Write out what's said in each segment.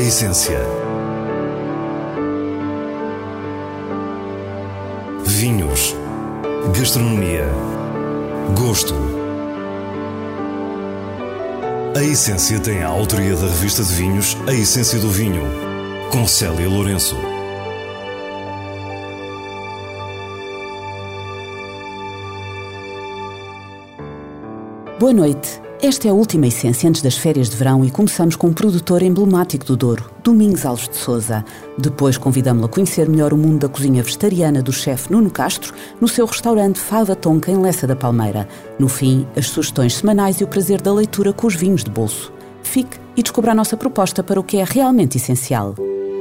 essência. Vinhos, gastronomia, gosto. A Essência tem a autoria da revista de vinhos A Essência do Vinho, com Célia Lourenço. Boa noite. Esta é a última Essência antes das férias de verão e começamos com um produtor emblemático do Douro, Domingos Alves de Sousa. Depois convidamos-lo a conhecer melhor o mundo da cozinha vegetariana do chefe Nuno Castro no seu restaurante Fava Tonca em Lessa da Palmeira. No fim, as sugestões semanais e o prazer da leitura com os vinhos de bolso. Fique e descubra a nossa proposta para o que é realmente essencial.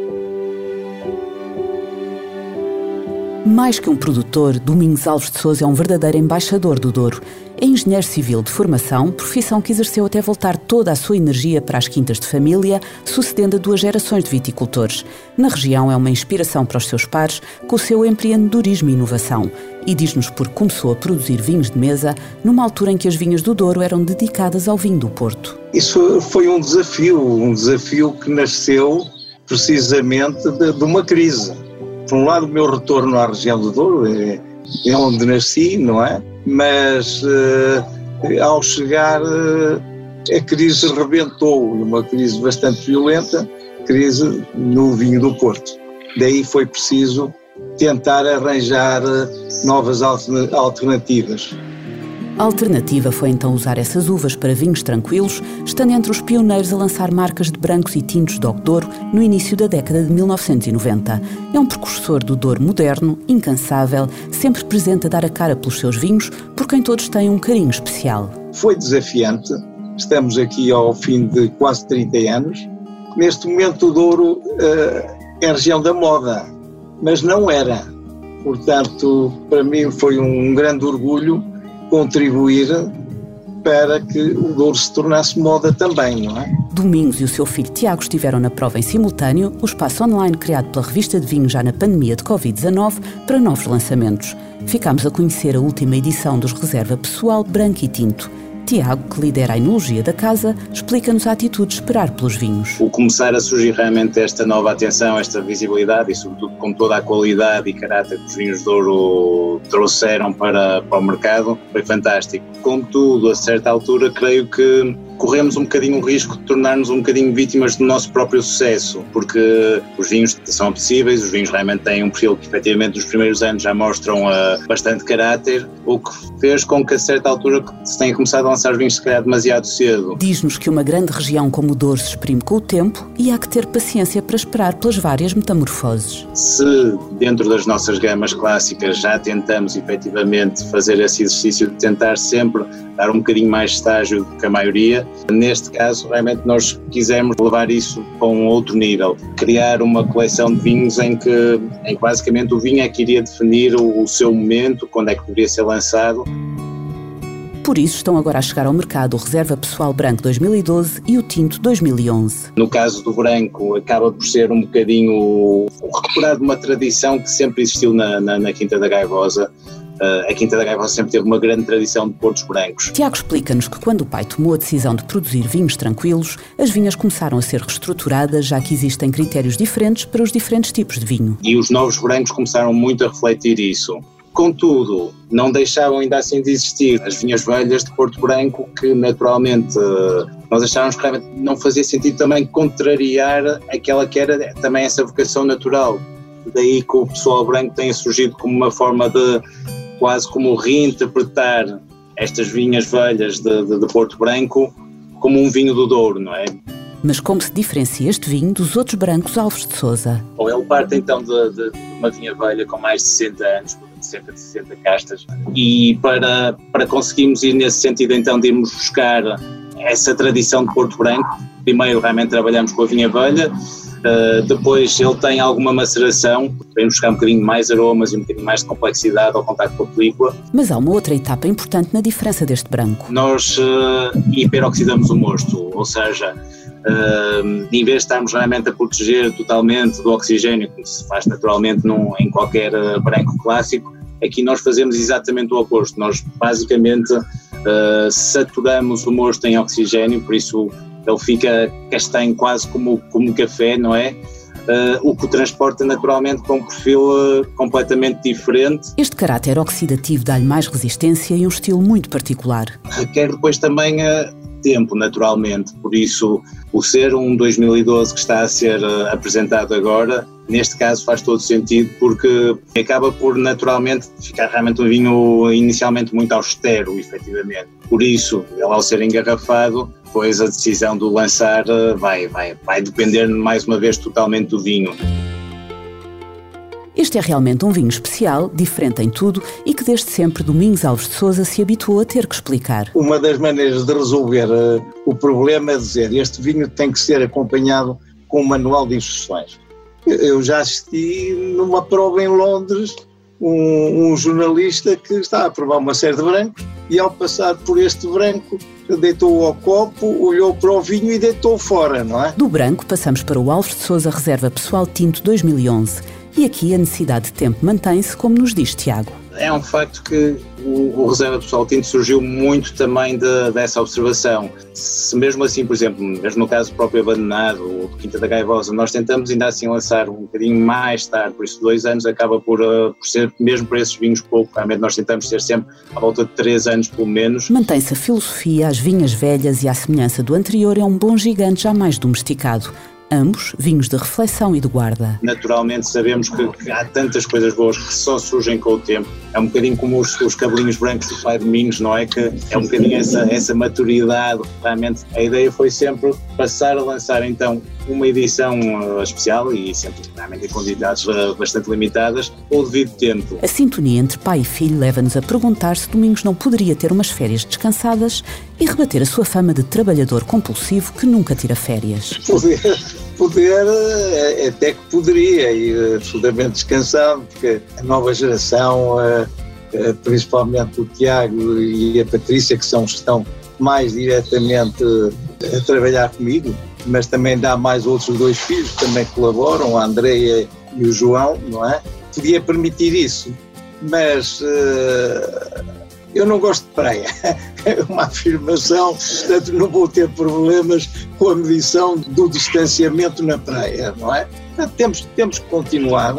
Mais que um produtor, Domingos Alves de Sousa é um verdadeiro embaixador do Douro. É engenheiro civil de formação, profissão que exerceu até voltar toda a sua energia para as quintas de família, sucedendo a 2 gerações de viticultores. Na região é uma inspiração para os seus pares, com o seu empreendedorismo e inovação. E diz-nos porque começou a produzir vinhos de mesa numa altura em que as vinhas do Douro eram dedicadas ao vinho do Porto. Isso foi um desafio que nasceu precisamente de uma crise. Por um lado, o meu retorno à região do Douro, é onde nasci, não é? Mas ao chegar a crise rebentou, uma crise bastante violenta, crise no vinho do Porto. Daí foi preciso tentar arranjar novas alternativas. A alternativa foi então usar essas uvas para vinhos tranquilos, estando entre os pioneiros a lançar marcas de brancos e tintos DOC Douro no início da década de 1990. É um precursor do Douro moderno, incansável, sempre presente a dar a cara pelos seus vinhos, por quem todos têm um carinho especial. Foi desafiante, estamos aqui ao fim de quase 30 anos. Neste momento o Douro é a região da moda, mas não era. Portanto, para mim foi um grande orgulho contribuir para que o Douro se tornasse moda também, não é? Domingos e o seu filho Tiago estiveram na prova em simultâneo, o espaço online criado pela revista de vinho já na pandemia de Covid-19 para novos lançamentos. Ficámos a conhecer a última edição dos Reserva Pessoal Branco e Tinto. Tiago, que lidera a enologia da casa, explica-nos a atitude de esperar pelos vinhos. O começar a surgir realmente esta nova atenção, esta visibilidade e sobretudo com toda a qualidade e caráter que os vinhos de Douro trouxeram para o mercado foi fantástico. Contudo, a certa altura, creio que corremos um bocadinho o risco de tornar-nos um bocadinho vítimas do nosso próprio sucesso, porque os vinhos são apetecíveis, os vinhos realmente têm um perfil que efetivamente nos primeiros anos já mostram bastante caráter, o que fez com que a certa altura se tenha começado a lançar os vinhos se calhar demasiado cedo. Diz-nos que uma grande região como o Douro se exprime com o tempo e há que ter paciência para esperar pelas várias metamorfoses. Se dentro das nossas gamas clássicas já tentamos efetivamente fazer esse exercício de tentar sempre dar um bocadinho mais estágio do que a maioria, neste caso realmente nós quisemos levar isso para um outro nível, criar uma coleção de vinhos em que basicamente o vinho é que iria definir o seu momento, quando é que deveria ser lançado. Por isso estão agora a chegar ao mercado o Reserva Pessoal Branco 2012 e o Tinto 2011. No caso do branco, acaba por ser um bocadinho o recuperar de uma tradição que sempre existiu na Quinta da Gaivosa. A Quinta da Gaivosa sempre teve uma grande tradição de portos brancos. Tiago explica-nos que quando o pai tomou a decisão de produzir vinhos tranquilos, as vinhas começaram a ser reestruturadas, já que existem critérios diferentes para os diferentes tipos de vinho. E os novos brancos começaram muito a refletir isso. Contudo, não deixavam ainda assim de existir as vinhas velhas de Porto Branco, que naturalmente nós achávamos que realmente não fazia sentido também contrariar aquela que era também essa vocação natural. Daí que o pessoal branco tenha surgido como uma forma de quase como reinterpretar estas vinhas velhas de Porto Branco como um vinho do Douro, não é? Mas como se diferencia este vinho dos outros brancos Alves de Sousa? Bom, ele parte então de uma vinha velha com mais de 60 anos, cerca de 60 castas, e para conseguirmos ir nesse sentido então de irmos buscar essa tradição de Porto Branco, primeiro realmente trabalhamos com a vinha velha, depois ele tem alguma maceração, para irmos buscar um bocadinho mais aromas e um bocadinho mais de complexidade ao contacto com a película. Mas há uma outra etapa importante na diferença deste branco. Nós hiperoxidamos o mosto, ou seja, em vez de estarmos realmente a proteger totalmente do oxigênio, como se faz naturalmente em qualquer branco clássico, aqui nós fazemos exatamente o oposto. Nós basicamente saturamos o mosto em oxigênio, por isso ele fica castanho quase como café, não é? O que o transporta naturalmente para um perfil completamente diferente. Este caráter oxidativo dá-lhe mais resistência e um estilo muito particular. Requer depois também tempo, naturalmente, por isso o ser um 2012 que está a ser apresentado agora, neste caso faz todo sentido, porque acaba por naturalmente ficar realmente um vinho inicialmente muito austero, efetivamente. Por isso, ele ao ser engarrafado, depois a decisão do lançar vai depender mais uma vez totalmente do vinho. Este é realmente um vinho especial, diferente em tudo e que desde sempre Domingos Alves de Sousa se habituou a ter que explicar. Uma das maneiras de resolver o problema é dizer este vinho tem que ser acompanhado com um manual de instruções. Eu já assisti numa prova em Londres um jornalista que está a provar uma série de brancos e ao passar por este branco deitou ao copo, olhou para o vinho e deitou fora, não é? Do branco passamos para o Alves de Sousa Reserva Pessoal Tinto 2011. E aqui a necessidade de tempo mantém-se, como nos diz Tiago. É um facto que o Reserva Pessoal Tinto surgiu muito também dessa observação. Se mesmo assim, por exemplo, mesmo no caso do próprio Abandonado ou de Quinta da Gaivosa, nós tentamos ainda assim lançar um bocadinho mais tarde, por isso 2 anos acaba por ser, mesmo para esses vinhos pouco, realmente nós tentamos ter sempre à volta de 3 anos pelo menos. Mantém-se a filosofia, as vinhas velhas e à semelhança do anterior é um bom gigante jamais domesticado. Ambos vinhos de reflexão e de guarda. Naturalmente sabemos que há tantas coisas boas que só surgem com o tempo. É um bocadinho como os cabelinhos brancos do Pai Domingos, não é? Que é um bocadinho essa maturidade. Realmente a ideia foi sempre passar a lançar então uma edição especial e sempre realmente em quantidades bastante limitadas, ou devido tempo. A sintonia entre pai e filho leva-nos a perguntar se Domingos não poderia ter umas férias descansadas e rebater a sua fama de trabalhador compulsivo que nunca tira férias. Poder, até que poderia, e absolutamente descansado, porque a nova geração, principalmente o Tiago e a Patrícia, que estão mais diretamente a trabalhar comigo, mas também dá mais outros 2 filhos que também colaboram, a Andreia e o João, não é? Podia permitir isso, mas eu não gosto de praia, é uma afirmação, portanto não vou ter problemas com a medição do distanciamento na praia, não é? Portanto, temos que continuar.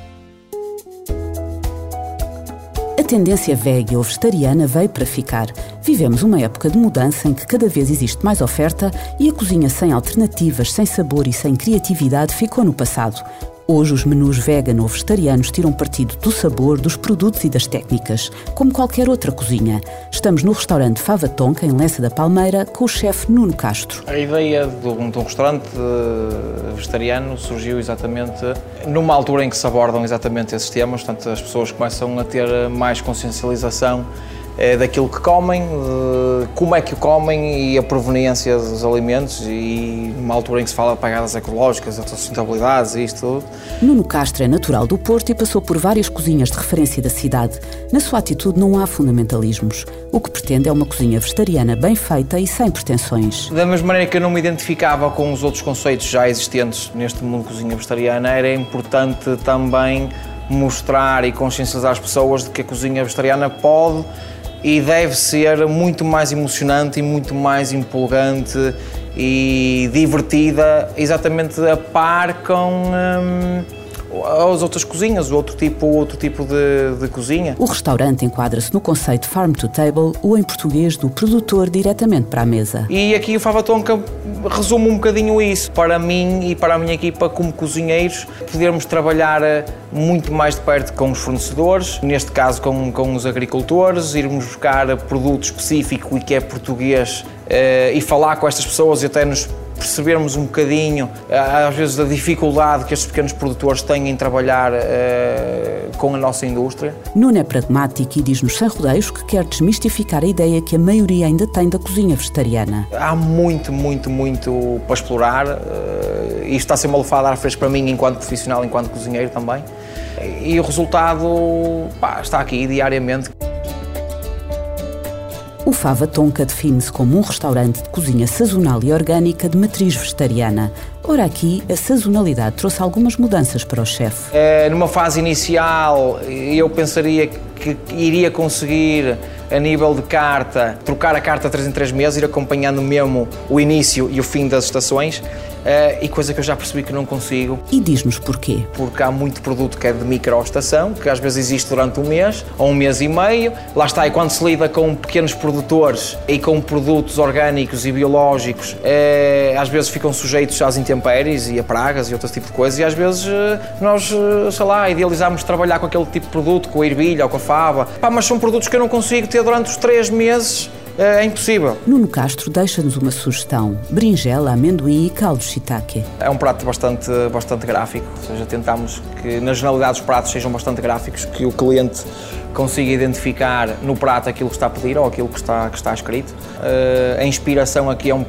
A tendência vega ou vegetariana veio para ficar. Vivemos uma época de mudança em que cada vez existe mais oferta e a cozinha sem alternativas, sem sabor e sem criatividade ficou no passado. Hoje os menus vegan ou vegetarianos tiram partido do sabor, dos produtos e das técnicas, como qualquer outra cozinha. Estamos no restaurante Fava Tonka, em Lessa da Palmeira, com o chefe Nuno Castro. A ideia de um restaurante vegetariano surgiu exatamente numa altura em que se abordam exatamente esses temas, portanto as pessoas começam a ter mais consciencialização daquilo que comem, como é que o comem e a proveniência dos alimentos, e numa altura em que se fala de pegadas ecológicas, de sustentabilidades e isto tudo. Nuno Castro é natural do Porto e passou por várias cozinhas de referência da cidade. Na sua atitude não há fundamentalismos. O que pretende é uma cozinha vegetariana bem feita e sem pretensões. Da mesma maneira que eu não me identificava com os outros conceitos já existentes neste mundo de cozinha vegetariana, era importante também mostrar e consciencializar as pessoas de que a cozinha vegetariana pode e deve ser muito mais emocionante e muito mais empolgante e divertida, exatamente a par com as outras cozinhas, outro tipo de cozinha. O restaurante enquadra-se no conceito Farm to Table, ou em português do produtor diretamente para a mesa. E aqui o Fava Tonka resume um bocadinho isso. Para mim e para a minha equipa como cozinheiros, podermos trabalhar muito mais de perto com os fornecedores, neste caso com os agricultores, irmos buscar produto específico e que é português e falar com estas pessoas e até nos percebermos um bocadinho, às vezes, da dificuldade que estes pequenos produtores têm em trabalhar com a nossa indústria. Nuno é pragmático e diz-nos sem rodeios que quer desmistificar a ideia que a maioria ainda tem da cozinha vegetariana. Há muito para explorar. Isto está a ser uma lufada de ar fresco para mim enquanto profissional, enquanto cozinheiro também. E o resultado está aqui diariamente. O Fava Tonka define-se como um restaurante de cozinha sazonal e orgânica de matriz vegetariana. Ora, aqui, a sazonalidade trouxe algumas mudanças para o chefe. Numa fase inicial, eu pensaria que iria conseguir, a nível de carta, trocar a carta 3 em 3 meses, ir acompanhando mesmo o início e o fim das estações, e coisa que eu já percebi que não consigo. E diz-nos porquê. Porque há muito produto que é de microestação, que às vezes existe durante um mês ou um mês e meio. Lá está, e quando se lida com pequenos produtores e com produtos orgânicos e biológicos, às vezes ficam sujeitos às intempéries e a pragas e outro tipo de coisas, e às vezes nós, sei lá, idealizamos trabalhar com aquele tipo de produto, com a ervilha ou com a fava. Mas são produtos que eu não consigo ter durante os 3 meses. É impossível. Nuno Castro deixa-nos uma sugestão: berinjela, amendoim e caldo shiitake. É um prato bastante gráfico, ou seja, tentamos que na generalidade os pratos sejam bastante gráficos, que o cliente consiga identificar no prato aquilo que está a pedir ou aquilo que está escrito. A inspiração aqui é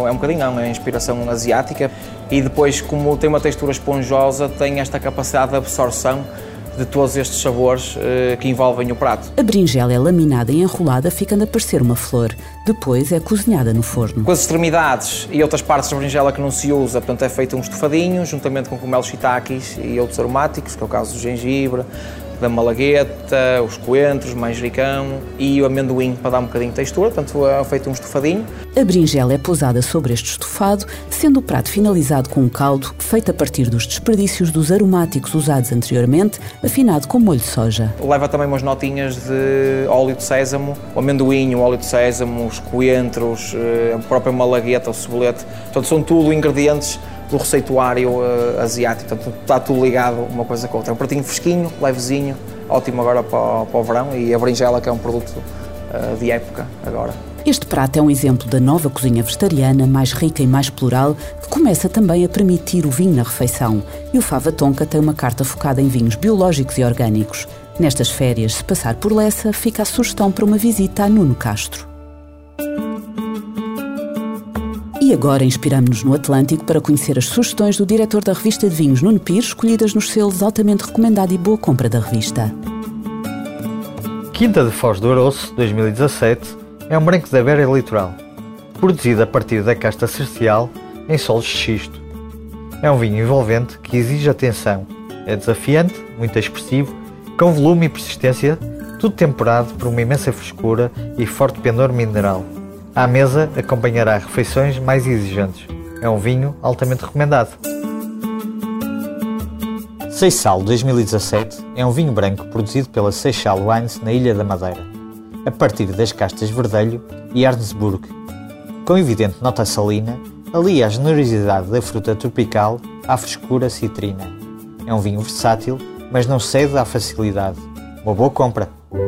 a inspiração asiática, e depois, como tem uma textura esponjosa, tem esta capacidade de absorção de todos estes sabores que envolvem o prato. A berinjela é laminada e enrolada, ficando a parecer uma flor. Depois é cozinhada no forno. Com as extremidades e outras partes da berinjela que não se usa, portanto, é feito um estofadinho, juntamente com cogumelos shiitakes e outros aromáticos, que é o caso do gengibre, da malagueta, os coentros, manjericão e o amendoim para dar um bocadinho de textura, portanto é feito um estofadinho. A berinjela é pousada sobre este estofado, sendo o prato finalizado com um caldo feito a partir dos desperdícios dos aromáticos usados anteriormente, afinado com molho de soja. Leva também umas notinhas de óleo de sésamo, o amendoim, o óleo de sésamo, os coentros, a própria malagueta, o cebolete, portanto são tudo ingredientes do receituário asiático, portanto está tudo ligado uma coisa com a outra. É um pratinho fresquinho, levezinho, ótimo agora para o verão, e a berinjela, que é um produto de época agora. Este prato é um exemplo da nova cozinha vegetariana, mais rica e mais plural, que começa também a permitir o vinho na refeição. E o Fava Tonka tem uma carta focada em vinhos biológicos e orgânicos. Nestas férias, se passar por Lessa, fica a sugestão para uma visita a Nuno Castro. E agora inspiramo-nos no Atlântico para conhecer as sugestões do diretor da revista de vinhos, Nuno Pires, escolhidas nos selos altamente recomendado e boa compra da revista. Quinta de Foz do Aroço, 2017, é um branco da Beira Litoral, produzido a partir da casta cercial em solos de xisto. É um vinho envolvente que exige atenção. É desafiante, muito expressivo, com volume e persistência, tudo temperado por uma imensa frescura e forte pendor mineral. À mesa acompanhará refeições mais exigentes. É um vinho altamente recomendado. Seixal 2017 é um vinho branco produzido pela Seixal Wines na Ilha da Madeira, a partir das castas Verdelho e Arnsburg. Com evidente nota salina, alia a generosidade da fruta tropical à frescura citrina. É um vinho versátil, mas não cede à facilidade. Uma boa compra!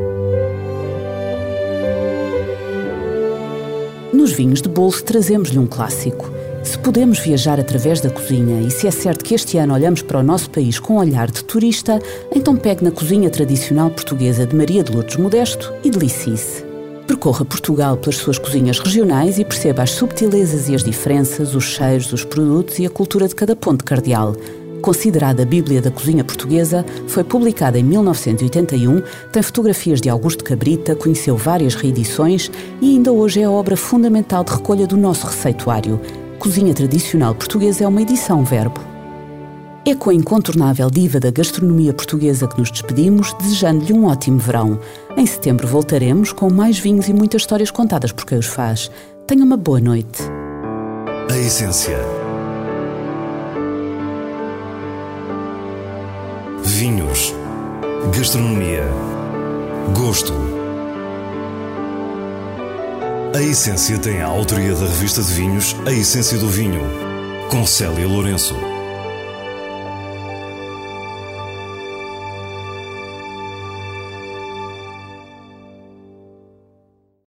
Nos vinhos de bolso trazemos-lhe um clássico. Se podemos viajar através da cozinha e se é certo que este ano olhamos para o nosso país com um olhar de turista, então pegue na cozinha tradicional portuguesa de Maria de Lourdes Modesto e delície-se. Percorra Portugal pelas suas cozinhas regionais e perceba as subtilezas e as diferenças, os cheiros, os produtos e a cultura de cada ponto cardeal. Considerada a Bíblia da cozinha portuguesa, foi publicada em 1981, tem fotografias de Augusto Cabrita, conheceu várias reedições e ainda hoje é a obra fundamental de recolha do nosso receituário. Cozinha Tradicional Portuguesa é uma edição Verbo. É com a incontornável diva da gastronomia portuguesa que nos despedimos, desejando-lhe um ótimo verão. Em setembro voltaremos com mais vinhos e muitas histórias contadas por quem os faz. Tenha uma boa noite. A essência. Vinhos, gastronomia, gosto. A Essência tem a autoria da revista de vinhos A Essência do Vinho, com Célia Lourenço.